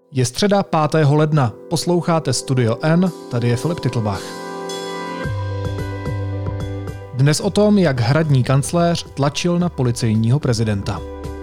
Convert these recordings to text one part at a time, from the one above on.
Je středa 5. ledna, posloucháte Studio N, tady je Filip Titlbach. Dnes o tom, jak hradní kancléř tlačil na policejního prezidenta.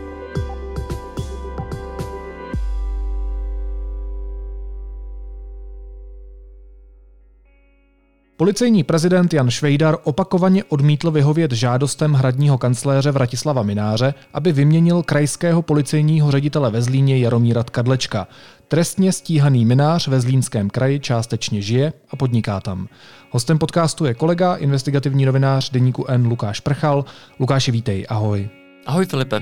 Policejní prezident Jan Švejdar opakovaně odmítl vyhovět žádostem hradního kancléře Vratislava Mynáře, aby vyměnil krajského policejního ředitele ve Zlíně Jaromíra Tkadlečka. Trestně stíhaný Mynář ve Zlínském kraji částečně žije a podniká tam. Hostem podcastu je kolega, investigativní novinář deníku N Lukáš Prchal. Lukáši, vítej, ahoj. Ahoj Filipe.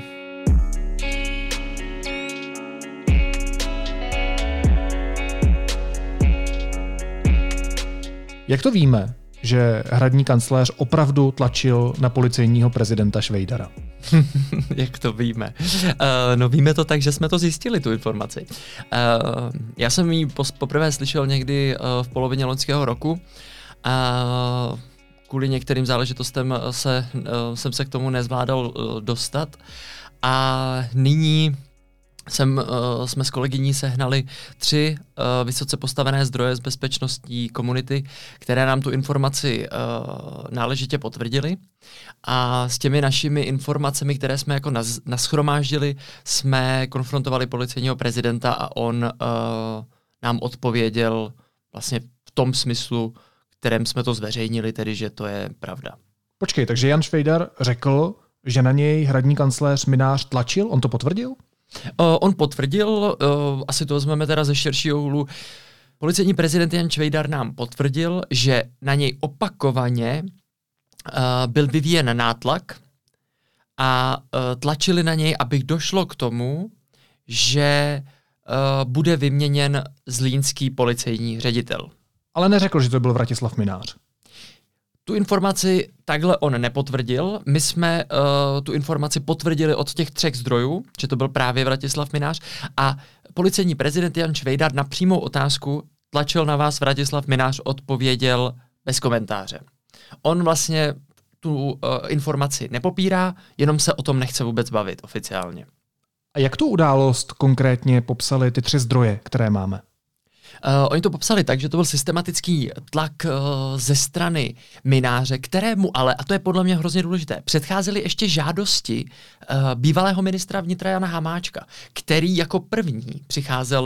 Jak to víme, že hradní kancléř opravdu tlačil na policejního prezidenta Švejdara? Jak to víme? No víme to tak, že jsme to zjistili, tu informaci. Já jsem ji poprvé slyšel někdy v polovině loňského roku a kvůli některým záležitostem jsem se k tomu nezvládal dostat a nyní jsme s kolegyní sehnali 3 vysoce postavené zdroje z bezpečnostní komunity, které nám tu informaci náležitě potvrdily. A s těmi našimi informacemi, které jsme jako nashromáždili, jsme konfrontovali policejního prezidenta a on nám odpověděl vlastně v tom smyslu, kterém jsme to zveřejnili, tedy že to je pravda. Počkej, takže Jan Švejdar řekl, že na něj hradní kancléř Mynář tlačil? On to potvrdil? On potvrdil, asi to vezmeme teda ze širšího úhlu, policejní prezident Jan Švejdar nám potvrdil, že na něj opakovaně byl vyvíjen nátlak a tlačili na něj, aby došlo k tomu, že bude vyměněn zlínský policejní ředitel. Ale neřekl, že to byl Vratislav Mynář. Tu informaci takhle on nepotvrdil. My jsme tu informaci potvrdili od těch 3 zdrojů, že to byl právě Vratislav Mynář a policejní prezident Jan Švejdar na přímou otázku tlačil na vás Vratislav Mynář odpověděl bez komentáře. On vlastně tu informaci nepopírá, jenom se o tom nechce vůbec bavit oficiálně. A jak tu událost konkrétně popsali ty 3 zdroje, které máme? Oni to popsali tak, že to byl systematický tlak ze strany Mynáře, kterému ale, a to je podle mě hrozně důležité, předcházely ještě žádosti bývalého ministra vnitra Jana Hamáčka, který jako první přicházel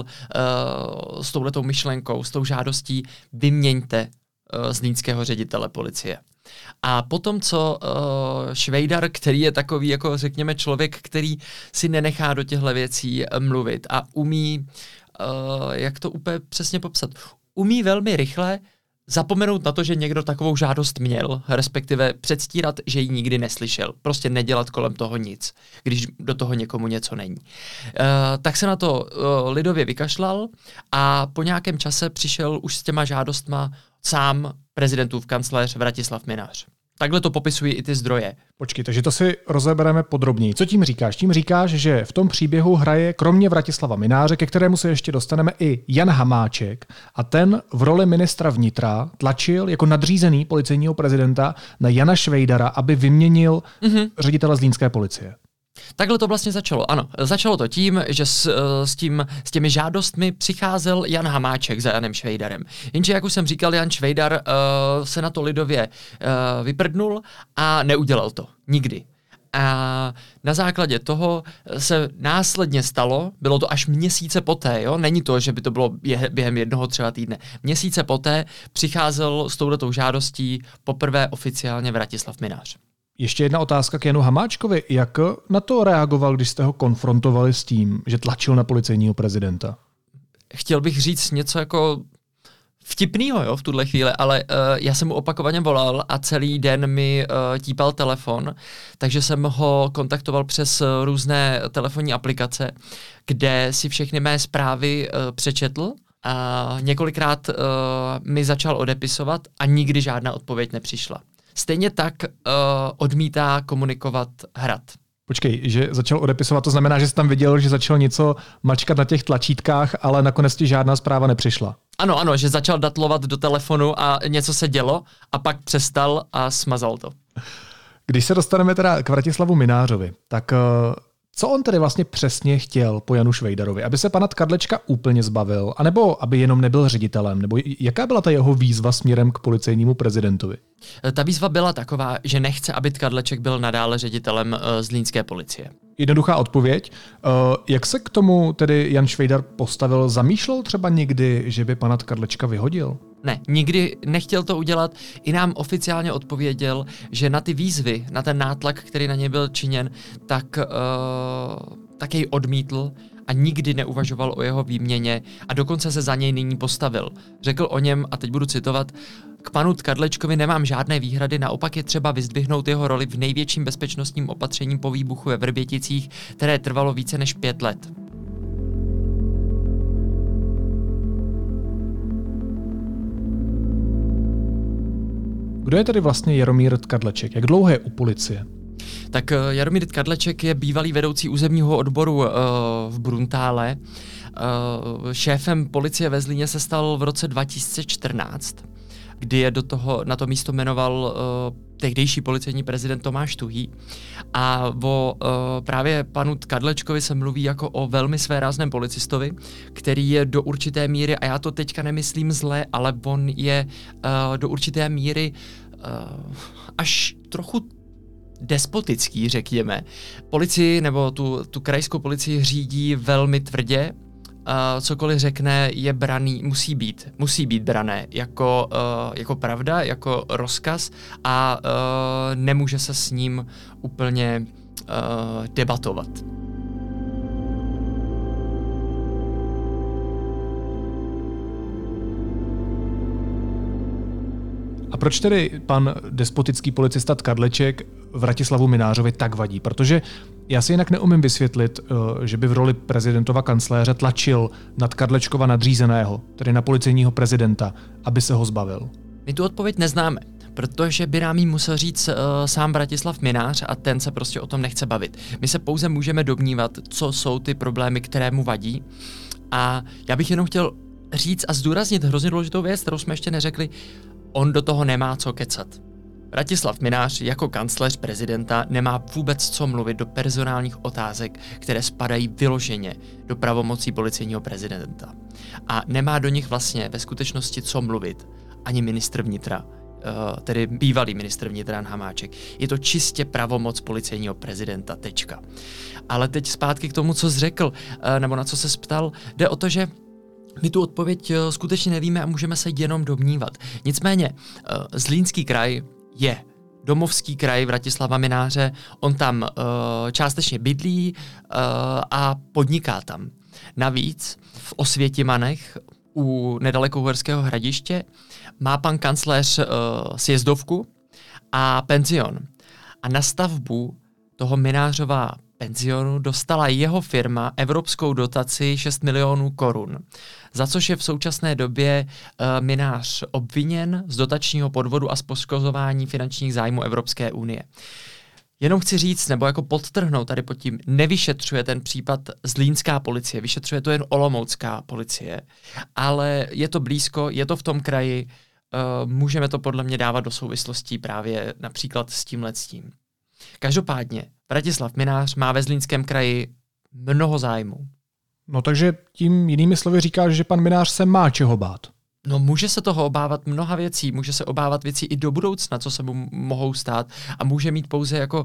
s touhletou myšlenkou, s tou žádostí vyměňte zlínského ředitele policie. A potom, co Švejdar, který je takový, jako řekněme, člověk, který si nenechá do těchto věcí mluvit a umí jak to úplně přesně popsat, umí velmi rychle zapomenout na to, že někdo takovou žádost měl, respektive předstírat, že ji nikdy neslyšel. Prostě nedělat kolem toho nic, když do toho někomu něco není. Tak se na to lidově vykašlal a po nějakém čase přišel už s těma žádostma sám prezidentův kancléř Vratislav Mynář. Takhle to popisují i ty zdroje. Počkej, takže to si rozebereme podrobněji. Co tím říkáš? Tím říkáš, že v tom příběhu hraje kromě Vratislava Mynáře, ke kterému se ještě dostaneme, i Jan Hamáček a ten v roli ministra vnitra tlačil jako nadřízený policejního prezidenta na Jana Švejdara, aby vyměnil ředitele zlínské policie. Takhle to vlastně začalo, ano. Začalo to tím, že s těmi žádostmi přicházel Jan Hamáček za Janem Švejdarem. Jenže, jak už jsem říkal, Jan Švejdar se na to lidově vyprdnul a neudělal to. Nikdy. A na základě toho se následně stalo, bylo to až měsíce poté, jo? Není to, že by to bylo během jednoho třeba týdne. Měsíce poté přicházel s touhletou žádostí poprvé oficiálně Vratislav Mynář. Ještě jedna otázka k Janu Hamáčkovi. Jak na to reagoval, když jste ho konfrontovali s tím, že tlačil na policejního prezidenta? Chtěl bych říct něco jako vtipnýho, jo, v tuhle chvíli, ale já jsem mu opakovaně volal a celý den mi típal telefon, takže jsem ho kontaktoval přes různé telefonní aplikace, kde si všechny mé zprávy přečetl a několikrát mi začal odepisovat a nikdy žádná odpověď nepřišla. Stejně tak odmítá komunikovat Hrad. Počkej, že začal odepisovat, to znamená, že jsi tam viděl, že začal něco mačkat na těch tlačítkách, ale nakonec ti žádná zpráva nepřišla. Ano, že začal datlovat do telefonu a něco se dělo a pak přestal a smazal to. Když se dostaneme teda k Vratislavu Mynářovi, tak Co on tedy vlastně přesně chtěl po Janu Švejdarovi? Aby se pana Tkadlečka úplně zbavil? A nebo aby jenom nebyl ředitelem? Nebo jaká byla ta jeho výzva směrem k policejnímu prezidentovi? Ta výzva byla taková, že nechce, aby Tkadleček byl nadále ředitelem zlínské policie. Jednoduchá odpověď. Jak se k tomu tedy Jan Švejdar postavil? Zamýšlel třeba někdy, že by pana Tkadlečka vyhodil? Ne, nikdy nechtěl to udělat. I nám oficiálně odpověděl, že na ty výzvy, na ten nátlak, který na něj byl činěn, tak jej odmítl a nikdy neuvažoval o jeho výměně a dokonce se za něj nyní postavil. Řekl o něm, a teď budu citovat, k panu Tkadlečkovi nemám žádné výhrady, naopak je třeba vyzdvihnout jeho roli v největším bezpečnostním opatření po výbuchu ve Vrběticích, které trvalo více než 5 let. Kdo je tedy vlastně Jaromír Tkadleček? Jak dlouho je u policie? Tak Jaromír Tkadleček je bývalý vedoucí územního odboru v Bruntále. Šéfem policie ve Zlíně se stal v roce 2014, kdy je na to místo jmenoval tehdejší policejní prezident Tomáš Tuhý. A právě panu Tkadlečkovi se mluví jako o velmi svérázném policistovi, který je do určité míry, a já to teďka nemyslím zle, ale on je do určité míry až trochu despotický, řekněme. Policii nebo tu krajskou policii řídí velmi tvrdě. Cokoliv řekne, je braný, musí být brané jako pravda, jako rozkaz a nemůže se s ním úplně debatovat. A proč tedy pan despotický policista Tkadleček Vratislavu Mynářovi tak vadí? Protože já si jinak neumím vysvětlit, že by v roli prezidentova kancléře tlačil na Tkadlečkova nadřízeného, tedy na policejního prezidenta, aby se ho zbavil. My tu odpověď neznáme, protože by nám jí musel říct sám Vratislav Mynář a ten se prostě o tom nechce bavit. My se pouze můžeme domnívat, co jsou ty problémy, které mu vadí. A já bych jenom chtěl říct a zdůraznit hrozně důležitou věc, kterou jsme ještě neřekli. On do toho nemá co kecat. Vratislav Mynář jako kancléř prezidenta nemá vůbec co mluvit do personálních otázek, které spadají vyloženě do pravomocí policejního prezidenta. A nemá do nich vlastně ve skutečnosti co mluvit ani ministr vnitra, tedy bývalý ministr vnitra Jan Hamáček. Je to čistě pravomoc policejního prezidenta, tečka. Ale teď zpátky k tomu, co jsi řekl, nebo na co se ptal, jde o to, že my tu odpověď skutečně nevíme a můžeme se jenom domnívat. Nicméně, Zlínský kraj je domovský kraj Vratislava Mynáře, on tam částečně bydlí a podniká tam. Navíc v Osvětimanech nedaleko Uherského Hradiště má pan kancléř sjezdovku a penzion. A na stavbu toho Mynářova penzionu dostala jeho firma evropskou dotaci 6 milionů korun, za což je v současné době Mynář obviněn z dotačního podvodu a z poškozování finančních zájmů Evropské unie. Jenom chci říct, nebo jako podtrhnout tady pod tím, nevyšetřuje ten případ zlínská policie, vyšetřuje to jen olomoucká policie, ale je to blízko, je to v tom kraji, můžeme to podle mě dávat do souvislostí právě například s tímhletím. Každopádně, Vratislav Mynář má ve Zlínském kraji mnoho zájmů. No takže tím jinými slovy říkáš, že pan Mynář se má čeho bát. No může se toho obávat mnoha věcí, může se obávat věcí i do budoucna, co se mu mohou stát a může mít pouze jako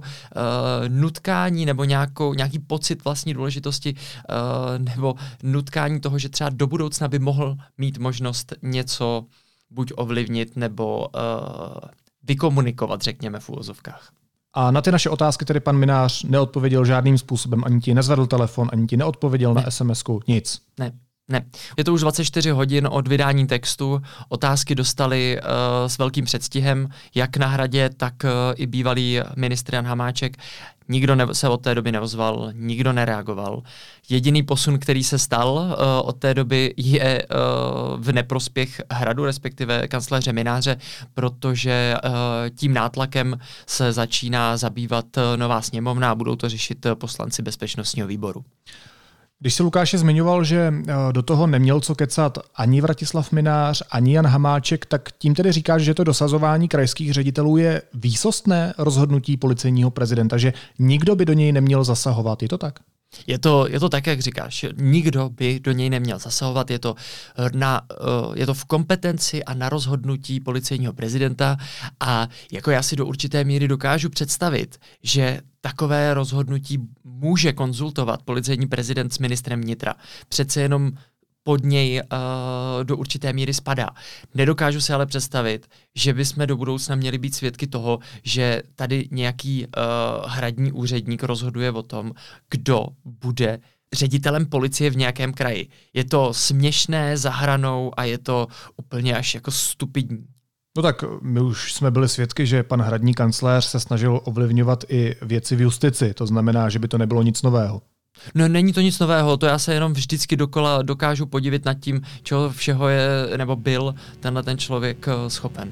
nutkání nebo nějaký pocit vlastní důležitosti nebo nutkání toho, že třeba do budoucna by mohl mít možnost něco buď ovlivnit nebo vykomunikovat, řekněme v úvozovkách. A na ty naše otázky tedy pan Mynář neodpověděl žádným způsobem, ani ti nezvedl telefon, ani ti neodpověděl na SMS-ku, nic. Ne. Je to už 24 hodin od vydání textu. Otázky dostali s velkým předstihem, jak na Hradě, tak i bývalý ministr Jan Hamáček. Nikdo se od té doby neozval, nikdo nereagoval. Jediný posun, který se stal od té doby, je v neprospěch Hradu, respektive kancléře Mynáře, protože tím nátlakem se začíná zabývat nová sněmovna a budou to řešit poslanci bezpečnostního výboru. Když se Lukáše zmiňoval, že do toho neměl co kecat ani Vratislav Mynář, ani Jan Hamáček, tak tím tedy říkáš, že to dosazování krajských ředitelů je výsostné rozhodnutí policejního prezidenta, že nikdo by do něj neměl zasahovat. Je to tak? Je to tak, jak říkáš. Nikdo by do něj neměl zasahovat. Je to v kompetenci a na rozhodnutí policejního prezidenta a jako já si do určité míry dokážu představit, že takové rozhodnutí může konzultovat policejní prezident s ministrem vnitra. Přece jenom pod něj do určité míry spadá. Nedokážu si ale představit, že bychom do budoucna měli být svědky toho, že tady nějaký hradní úředník rozhoduje o tom, kdo bude ředitelem policie v nějakém kraji. Je to směšné, za hranou a je to úplně až jako stupidní. No tak my už jsme byli svědky, že pan hradní kancléř se snažil ovlivňovat i věci v justici. To znamená, že by to nebylo nic nového. No není to nic nového, to já se jenom vždycky dokola dokážu podivit nad tím, čeho všeho je nebo byl tenhle ten člověk schopen.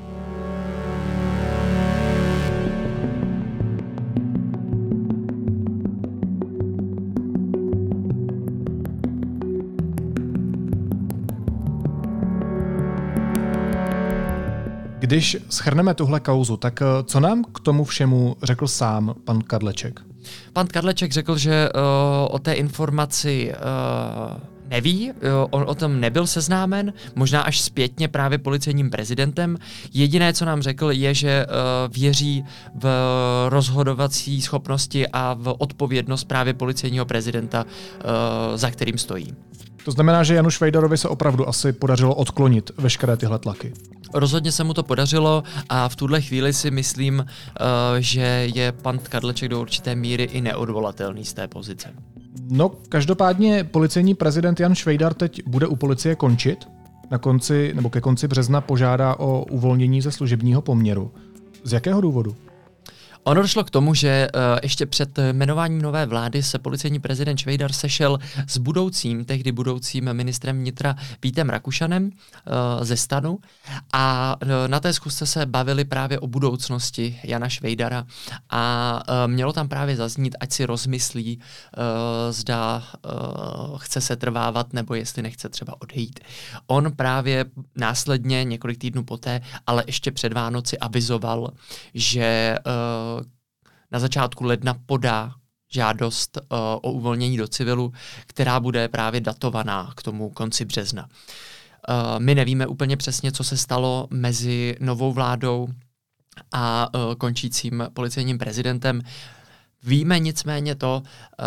Když shrneme tuhle kauzu, tak co nám k tomu všemu řekl sám pan Kadleček? Pan Kadleček řekl, že o té informaci neví, on o tom nebyl seznámen, možná až zpětně právě policejním prezidentem. Jediné, co nám řekl, je, že věří v rozhodovací schopnosti a v odpovědnost právě policejního prezidenta, za kterým stojí. To znamená, že Janu Švejdarovi se opravdu asi podařilo odklonit veškeré tyhle tlaky. Rozhodně se mu to podařilo a v tuhle chvíli si myslím, že je pan Kadleček do určité míry i neodvolatelný z té pozice. No, každopádně policejní prezident Jan Švejdar teď bude u policie končit. Ke konci března požádá o uvolnění ze služebního poměru. Z jakého důvodu? Ono došlo k tomu, že ještě před jmenováním nové vlády se policejní prezident Švejdar sešel s tehdy budoucím ministrem vnitra Vítem Rakušanem ze STANu a na té schůzce se bavili právě o budoucnosti Jana Švejdara a mělo tam právě zaznít, ať si rozmyslí, zda chce se trvávat nebo jestli nechce třeba odejít. On právě následně několik týdnů poté, ale ještě před Vánoci avizoval, že na začátku ledna podá žádost o uvolnění do civilu, která bude právě datovaná k tomu konci března. My nevíme úplně přesně, co se stalo mezi novou vládou a končícím policejním prezidentem. Víme nicméně to,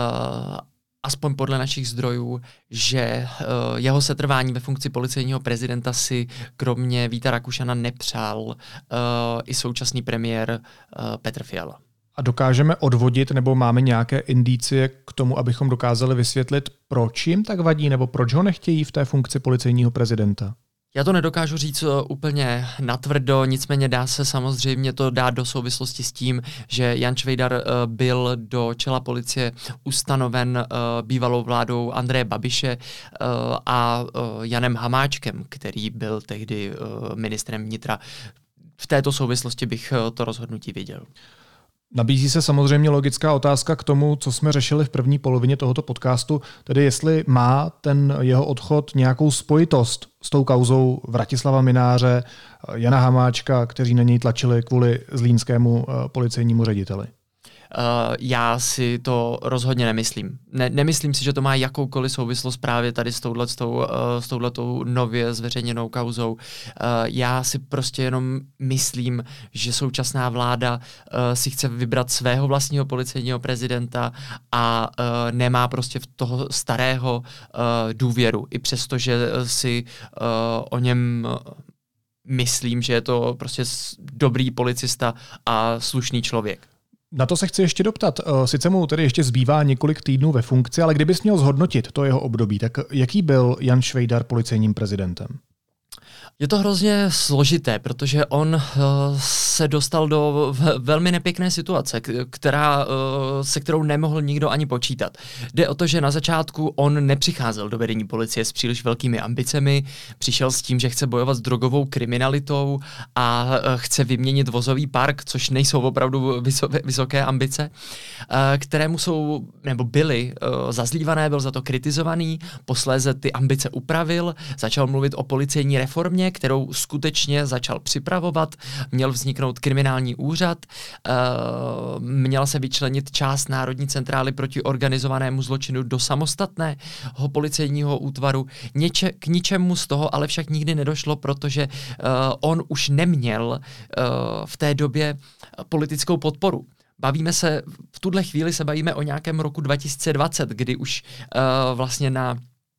aspoň podle našich zdrojů, že jeho setrvání ve funkci policejního prezidenta si kromě Víta Rakušana nepřál i současný premiér Petr Fiala. A dokážeme odvodit, nebo máme nějaké indicie k tomu, abychom dokázali vysvětlit, proč jim tak vadí, nebo proč ho nechtějí v té funkci policejního prezidenta? Já to nedokážu říct úplně natvrdo, nicméně dá se samozřejmě to dát do souvislosti s tím, že Jan Švejdar byl do čela policie ustanoven bývalou vládou Andreje Babiše a Janem Hamáčkem, který byl tehdy ministrem vnitra. V této souvislosti bych to rozhodnutí viděl. Nabízí se samozřejmě logická otázka k tomu, co jsme řešili v první polovině tohoto podcastu, tedy jestli má ten jeho odchod nějakou spojitost s tou kauzou Vratislava Mynáře, Jana Hamáčka, kteří na něj tlačili kvůli zlínskému policejnímu řediteli. Já si to rozhodně nemyslím. Nemyslím si, že to má jakoukoliv souvislost právě tady s touhletou nově zveřejněnou kauzou. Já si prostě jenom myslím, že současná vláda si chce vybrat svého vlastního policejního prezidenta a nemá prostě v toho starého důvěru. I přesto, že si o něm myslím, že je to prostě dobrý policista a slušný člověk. Na to se chci ještě doptat. Sice mu tedy ještě zbývá několik týdnů ve funkci, ale kdybys měl zhodnotit to jeho období, tak jaký byl Jan Švejdar policejním prezidentem? Je to hrozně složité, protože on se dostal do velmi nepěkné situace, se kterou nemohl nikdo ani počítat. Jde o to, že na začátku on nepřicházel do vedení policie s příliš velkými ambicemi, přišel s tím, že chce bojovat s drogovou kriminalitou a chce vyměnit vozový park, což nejsou opravdu vysoké ambice, kterému byly zazlívané, byl za to kritizovaný, posléze ty ambice upravil, začal mluvit o policejní reformě, kterou skutečně začal připravovat, měl vzniknout kriminální úřad, měla se vyčlenit část Národní centrály proti organizovanému zločinu do samostatného policejního útvaru. K ničemu z toho ale však nikdy nedošlo, protože on už neměl v té době politickou podporu. V tuhle chvíli se bavíme o nějakém roku 2020, kdy už vlastně na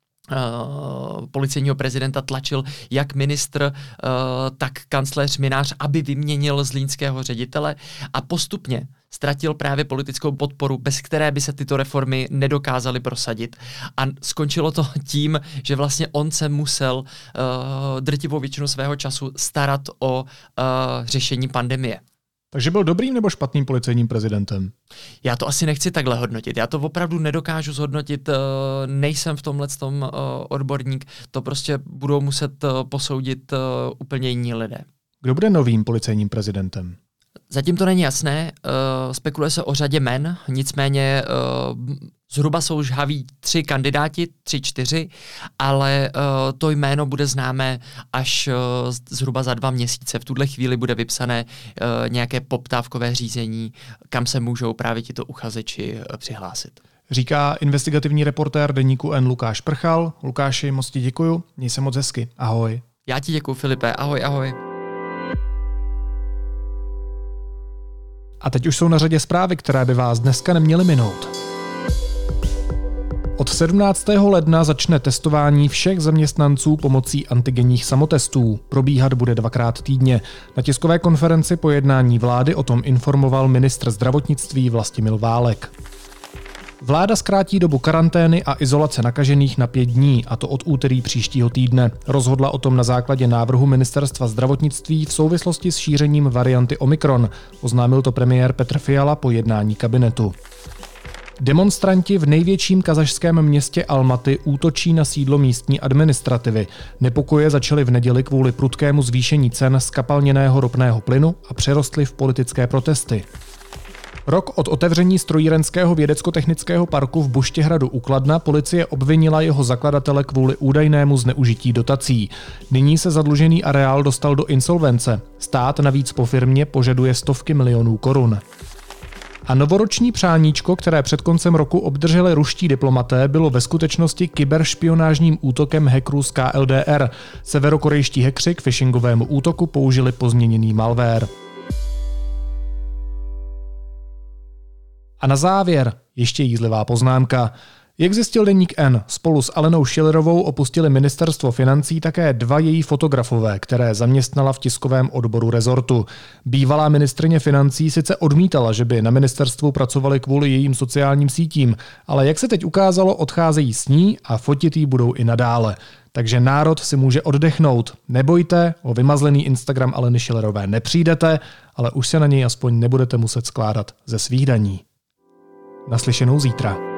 policejního prezidenta tlačil jak ministr, tak kancléř Mynář, aby vyměnil zlínského ředitele a postupně ztratil právě politickou podporu, bez které by se tyto reformy nedokázaly prosadit. A skončilo to tím, že vlastně on se musel drtivou většinu svého času starat o řešení pandemie. Takže byl dobrým nebo špatným policejním prezidentem? Já to asi nechci takhle hodnotit. Já to opravdu nedokážu zhodnotit. Nejsem v tomhletom odborník. To prostě budou muset posoudit úplně jiní lidé. Kdo bude novým policejním prezidentem? Zatím to není jasné. Spekuluje se o řadě jmen, nicméně zhruba jsou žhaví 3 kandidáti, 3-4, ale to jméno bude známé až zhruba za 2 měsíce. V tuhle chvíli bude vypsané nějaké poptávkové řízení, kam se můžou právě tito uchazeči přihlásit. Říká investigativní reportér deníku N Lukáš Prchal. Lukáši, moc ti děkuju, měj se moc hezky. Ahoj. Já ti děkuju, Filipe. Ahoj, ahoj. A teď už jsou na řadě zprávy, které by vás dneska neměly minout. Od 17. ledna začne testování všech zaměstnanců pomocí antigenních samotestů. Probíhat bude 2krát týdně. Na tiskové konferenci po jednání vlády o tom informoval ministr zdravotnictví Vlastimil Válek. Vláda zkrátí dobu karantény a izolace nakažených na 5 dní, a to od úterý příštího týdne. Rozhodla o tom na základě návrhu ministerstva zdravotnictví v souvislosti s šířením varianty Omikron. Oznámil to premiér Petr Fiala po jednání kabinetu. Demonstranti v největším kazašském městě Almaty útočí na sídlo místní administrativy. Nepokoje začaly v neděli kvůli prudkému zvýšení cen zkapalněného ropného plynu a přerostly v politické protesty. Rok od otevření strojírenského vědecko-technického parku v Buštěhradu u Kladna policie obvinila jeho zakladatele kvůli údajnému zneužití dotací. Nyní se zadlužený areál dostal do insolvence. Stát navíc po firmě požaduje stovky milionů korun. A novoroční přáníčko, které před koncem roku obdrželi ruští diplomaté, bylo ve skutečnosti kyberšpionážním útokem hackerů z KLDR. Severokorejští hackři k phishingovému útoku použili pozměněný malware. A na závěr ještě jízlivá poznámka. Jak zjistil deník N, spolu s Alenou Schillerovou opustili ministerstvo financí také 2 její fotografové, které zaměstnala v tiskovém odboru rezortu. Bývalá ministryně financí sice odmítala, že by na ministerstvu pracovali kvůli jejím sociálním sítím, ale jak se teď ukázalo, odcházejí s ní a fotit jí budou i nadále. Takže národ si může oddechnout. Nebojte, o vymazlený Instagram Aleny Schillerové nepřijdete, ale už se na něj aspoň nebudete muset skládat ze svých daní. Naslyšenou zítra.